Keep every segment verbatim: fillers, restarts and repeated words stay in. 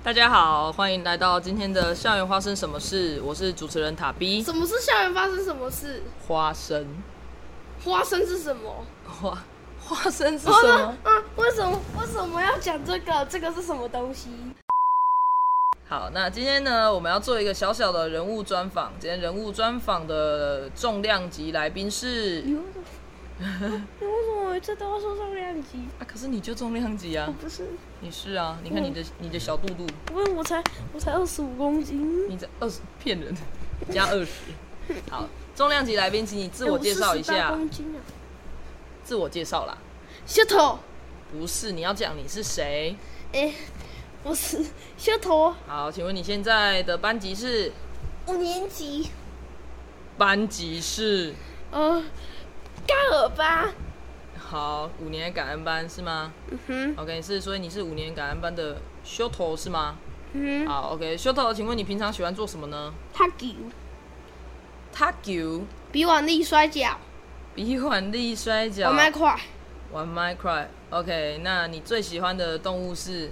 大家好，欢迎来到今天的校园发生什么事，我是主持人塔 B。 什么是校园发生什么事？ 花生， 花生是什么？ 花花生是什么？ 嗯，为什么为什么要讲这个？这个是什么东西？ 好，那今天呢，我们要做一个小小的人物专访。今天人物专访的重量级来宾是， 你为什么每次都要说重量级啊？可是你就重量级啊！ 我不是， 你是啊！你看你的、嗯、你的小肚肚， 我我才我才二十五公斤， 你才二十，骗人，加二十。好，重量级来宾，请你自我介绍一下。 欸、我公斤啊！ 自我介绍啦。 小头。 不是，你要讲你是谁？ 哎、欸，我是小头。 好，请问你现在的班级是？ 五年级。 班级是？ 呃。高二班。 好，五年感恩班是吗？ 嗯哼。 OK， 是，所以你是五年感恩班的修头是吗？ 嗯哼。 好 ，OK， 修头，请问你平常喜欢做什么呢？ 踢球。 踢球。 比腕力摔跤。 比腕力摔跤。 玩麦块。 玩麦块。OK， 那你最喜欢的动物是？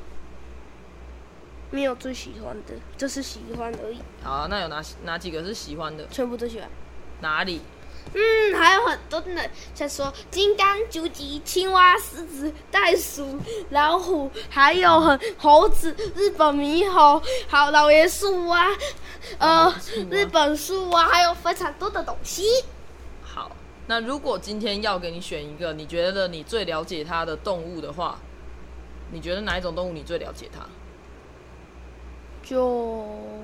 没有最喜欢的，就是喜欢而已。 好，那有哪哪几个是喜欢的？ 全部都喜欢。 哪里？ 嗯，还有很多呢，像说金刚、究极、青蛙、狮子、袋鼠、老虎，还有很猴子、日本猕猴，还有老爷树啊，呃，日本树啊，还有非常多的东西。 好，那如果今天要给你选一个，你觉得你最了解它的动物的话，你觉得哪一种动物你最了解它？ 就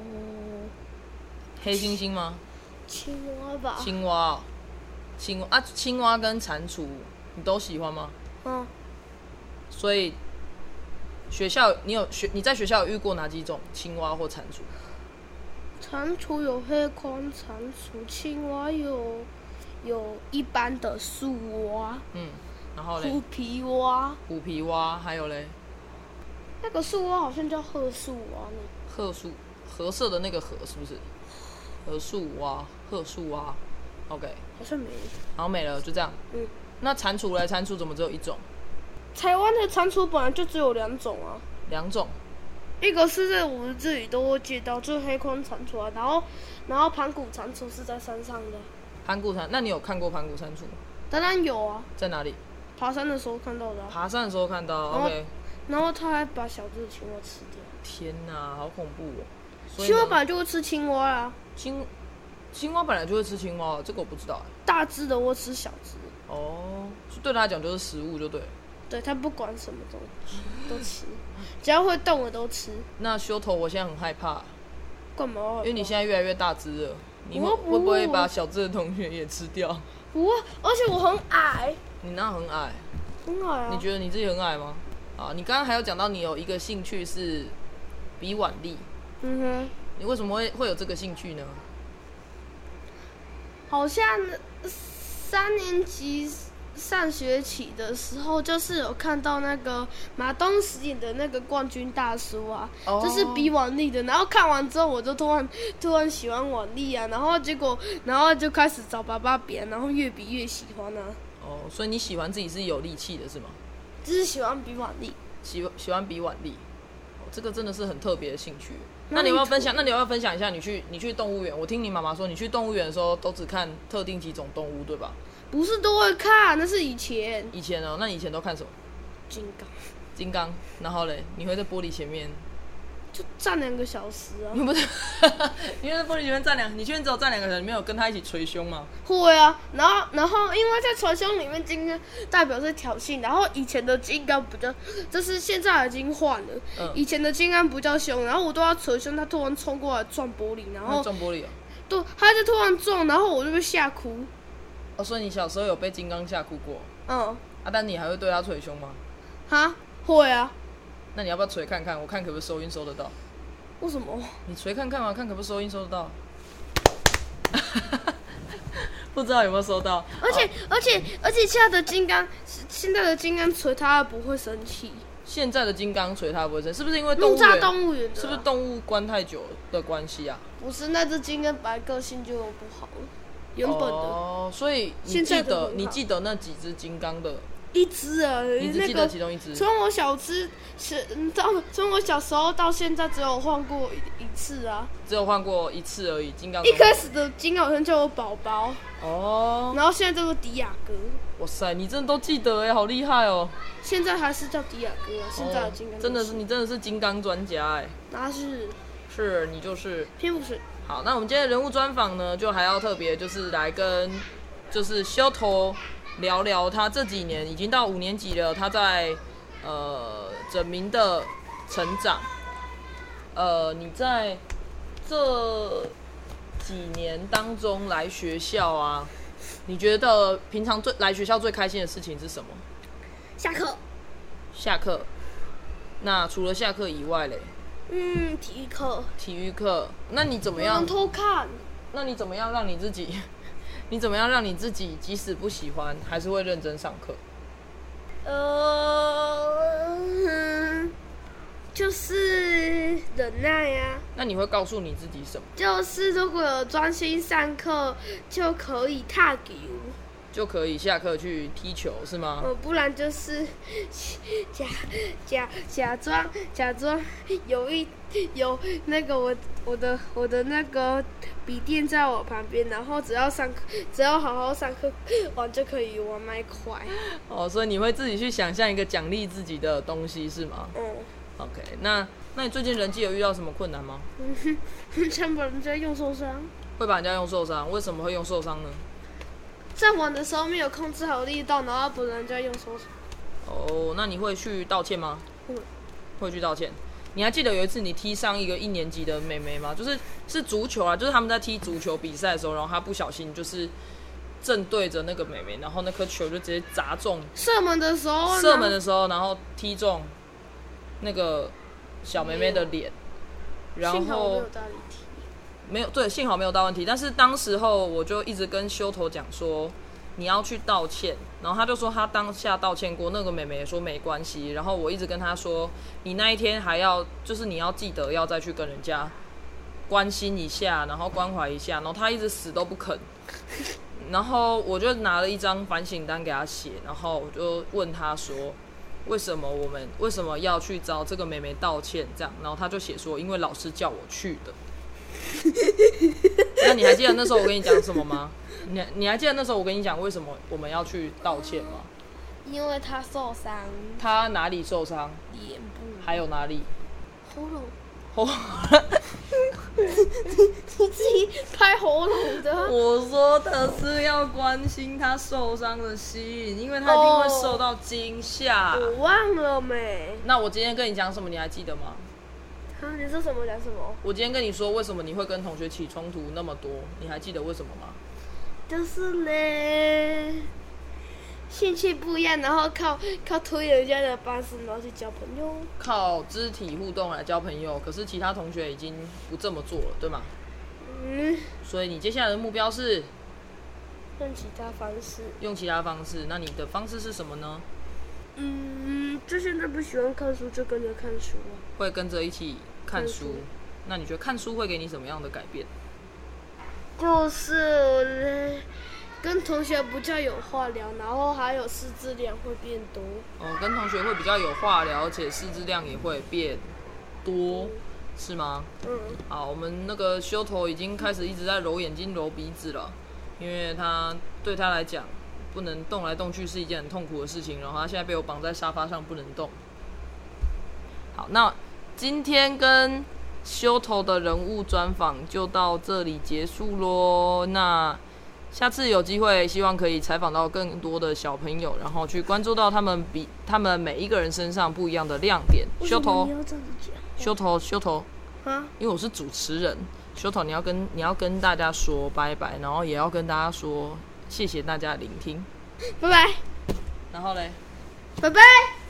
黑猩猩吗？ 青蛙吧。 青蛙、哦。青蛙啊，青蛙跟蟾蜍，你都喜欢吗？ 嗯。 所以学校你有学你在学校有遇过哪几种青蛙或蟾蜍？ 蟾蜍有黑框蟾蜍，青蛙有有一般的树蛙。 嗯，然后嘞？ 虎皮蛙。 虎皮蛙，还有嘞？ 那个树蛙好像叫褐树蛙呢。 褐树，褐色的那个褐是不是？褐树蛙，褐树蛙。OK， 好像没了， 好没了，就这样。 嗯， 那蟾蜍嘞？蟾蜍怎么只有一种？ 台湾的蟾蜍本来就只有两种啊。 两种， 一个是在我们这里都会见到，就是黑框蟾蜍啊，然后然后盘古蟾蜍是在山上的。 盘古蟾，那你有看过盘古蟾蜍吗？ 当然有啊。 在哪里？ 爬山的时候看到的、啊。 爬山的时候看到 ，OK。 然后他还把小只的青蛙吃掉。 天哪，好恐怖哦！ 青蛙本来就会吃青蛙啊。 青青蛙本来就会吃青蛙，这个我不知道哎。 大只的会吃小只。 哦，对他来讲就是食物就对了。 对，他不管什么东西都吃，只要会动的都吃。 那修头，我现在很害怕。 干嘛？ 因为你现在越来越大只了，你会会不会把小只的同学也吃掉？ 不会，而且我很矮。 你那很矮。 很矮啊。 你觉得你自己很矮吗？啊，你刚刚还有讲到你有一个兴趣是比腕力。 嗯哼。 你为什么会会有这个兴趣呢？ 好像三年级上学期的时候，就是有看到那个马东石演的那个冠军大叔啊， oh. 就是比腕力的。然后看完之后，我就突然突然喜欢腕力啊，然后结果然后就开始找爸爸比，然后越比越喜欢啊。 哦， oh, 所以你喜欢自己是有力气的是吗？ 就是喜欢比腕力， 喜喜欢比腕力。这个真的是很特别的兴趣。那你要不要分享？那你要不要分享一下你去你去动物园？我听你妈妈说，你去动物园的时候都只看特定几种动物，对吧？ 不是都会看，那是以前。 以前哦，那你以前都看什么？ 金刚。 金刚，然后嘞，你会在玻璃前面就站两个小时啊？ 你不是？你会在玻璃前面站两？你确定只有站两个小时？你没有跟他一起捶胸吗？ 会啊，然后然后因为在捶胸里面，金刚代表是挑衅，然后以前的金刚比较，就是现在已经换了，嗯、以前的金刚比较凶，然后我都要捶胸，他突然冲过来撞玻璃，然后撞玻璃哦， 对，他就突然撞，然后我就被吓哭。 哦，所以你小时候有被金刚吓哭过？ 嗯。 啊，但你还会对他捶胸吗？ 哈，会啊。 那你要不要捶看看？我看可不可以收音收得到？ 为什么？ 你捶看看嘛，看可不可以收音收得到？不知道有没有收到？ 而且、哦、而且而且现在的金刚，现在的金刚捶他不会生气。 现在的金刚捶他不会生气，是不是因为动物园？ 动物园、啊、 是不是动物关太久的关系啊？ 不是，那只金刚本来个性就不好了，原本的。 哦，所以你记得你记得那几只金刚的一只而已。 你只记得其中一只？ 从我小只是到从我小时候到现在，只有换过一次啊。 只有换过一次而已。金刚一开始的金刚好像叫我宝宝哦， 然后现在叫做迪亚哥。 哇塞，你真的都记得哎，好厉害哦！ 现在还是叫迪亚哥啊，现在的金刚、 哦、真的是你真的是金刚专家哎。 那是， 是你就是偏不是。 好，那我们今天的人物专访呢，就还要特别就是来跟就是修头聊聊他这几年已经到五年级了，他在呃整名的成长。呃，你在这几年当中来学校啊，你觉得平常最来学校最开心的事情是什么？ 下课。 下课。那除了下课以外嘞？ 嗯，体育课。 体育课。那你怎么样？ 不能偷看。那你怎么样让你自己？你怎么样让你自己即使不喜欢，还是会认真上课？ 呃，就是忍耐呀、啊。 那你会告诉你自己什么？ 就是如果有专心上课，就可以踏球， 就可以下课去踢球，是吗？ 呃，不然就是假假假装假装有一有那个我我的我的那个笔电在我旁边，然后只要上课只要好好上课完就可以玩麦块。 哦，所以你会自己去想象一个奖励自己的东西，是吗？ 嗯。 OK， 那那你最近人际有遇到什么困难吗？ 嗯哼，想把人家用受伤。 会把人家用受伤？为什么会用受伤呢？ 在玩的时候没有控制好力道，然后把人家用受伤。 哦，那你会去道歉吗？ 嗯。 会去道歉。你还记得有一次你踢伤一个一年级的妹妹吗？就是是足球啊，就是他们在踢足球比赛的时候，然后她不小心就是正对着那个妹妹，然后那颗球就直接砸中射门的时候， 射门的时候，然后踢中那个小妹妹的脸，然后幸好没有大问题。 没有对，幸好没有大问题。但是当时候我就一直跟修头讲说，你要去道歉。然后他就说他当下道歉过，那个妹妹也说没关系。然后我一直跟他说，你那一天还要就是你要记得要再去跟人家关心一下，然后关怀一下。然后他一直死都不肯。然后我就拿了一张反省单给他写，然后我就问他说，为什么我们为什么要去找这个妹妹道歉？这样，然后他就写说，因为老师叫我去的。那你还记得那时候我跟你讲什么吗？你你还记得那时候我跟你讲为什么我们要去道歉吗？ 因为他受伤。 他哪里受伤？ 脸部。 还有哪里？ 喉咙。 喉你自己拍喉咙的。 我说的是要关心他受伤的心，因为他一定会受到惊吓。 我忘了没。 那我今天跟你讲什么，你还记得吗？ 啊，你说什么讲什么？ 我今天跟你说为什么你会跟同学起冲突那么多，你还记得为什么吗？ 就是呢，兴趣不一样，然后靠靠推人家的方式，然后去交朋友。 靠肢体互动来交朋友，可是其他同学已经不这么做了，对吗？ 嗯。所以你接下来的目标是用其他方式。 用其他方式，那你的方式是什么呢？ 嗯，就现在不喜欢看书，就跟着看书啊。 会跟着一起看书。 看书那你觉得看书会给你什么样的改变？ 就是跟同学比较有话聊，然后还有识字量会变多。 哦，跟同学会比较有话聊，而且识字量也会变多，嗯、是吗？ 嗯。 好，我们那个修头已经开始一直在揉眼睛、揉鼻子了，因为他对他来讲，不能动来动去是一件很痛苦的事情，然后他现在被我绑在沙发上不能动。好，那今天跟修头的人物专访就到这里结束咯。那下次有机会，希望可以采访到更多的小朋友，然后去关注到他们比他们每一个人身上不一样的亮点。修头，修头，修头， 啊！ 因为我是主持人，修头，你要跟你要跟大家说拜拜，然后也要跟大家说谢谢大家的聆听， 拜拜。 然后嘞， 拜拜。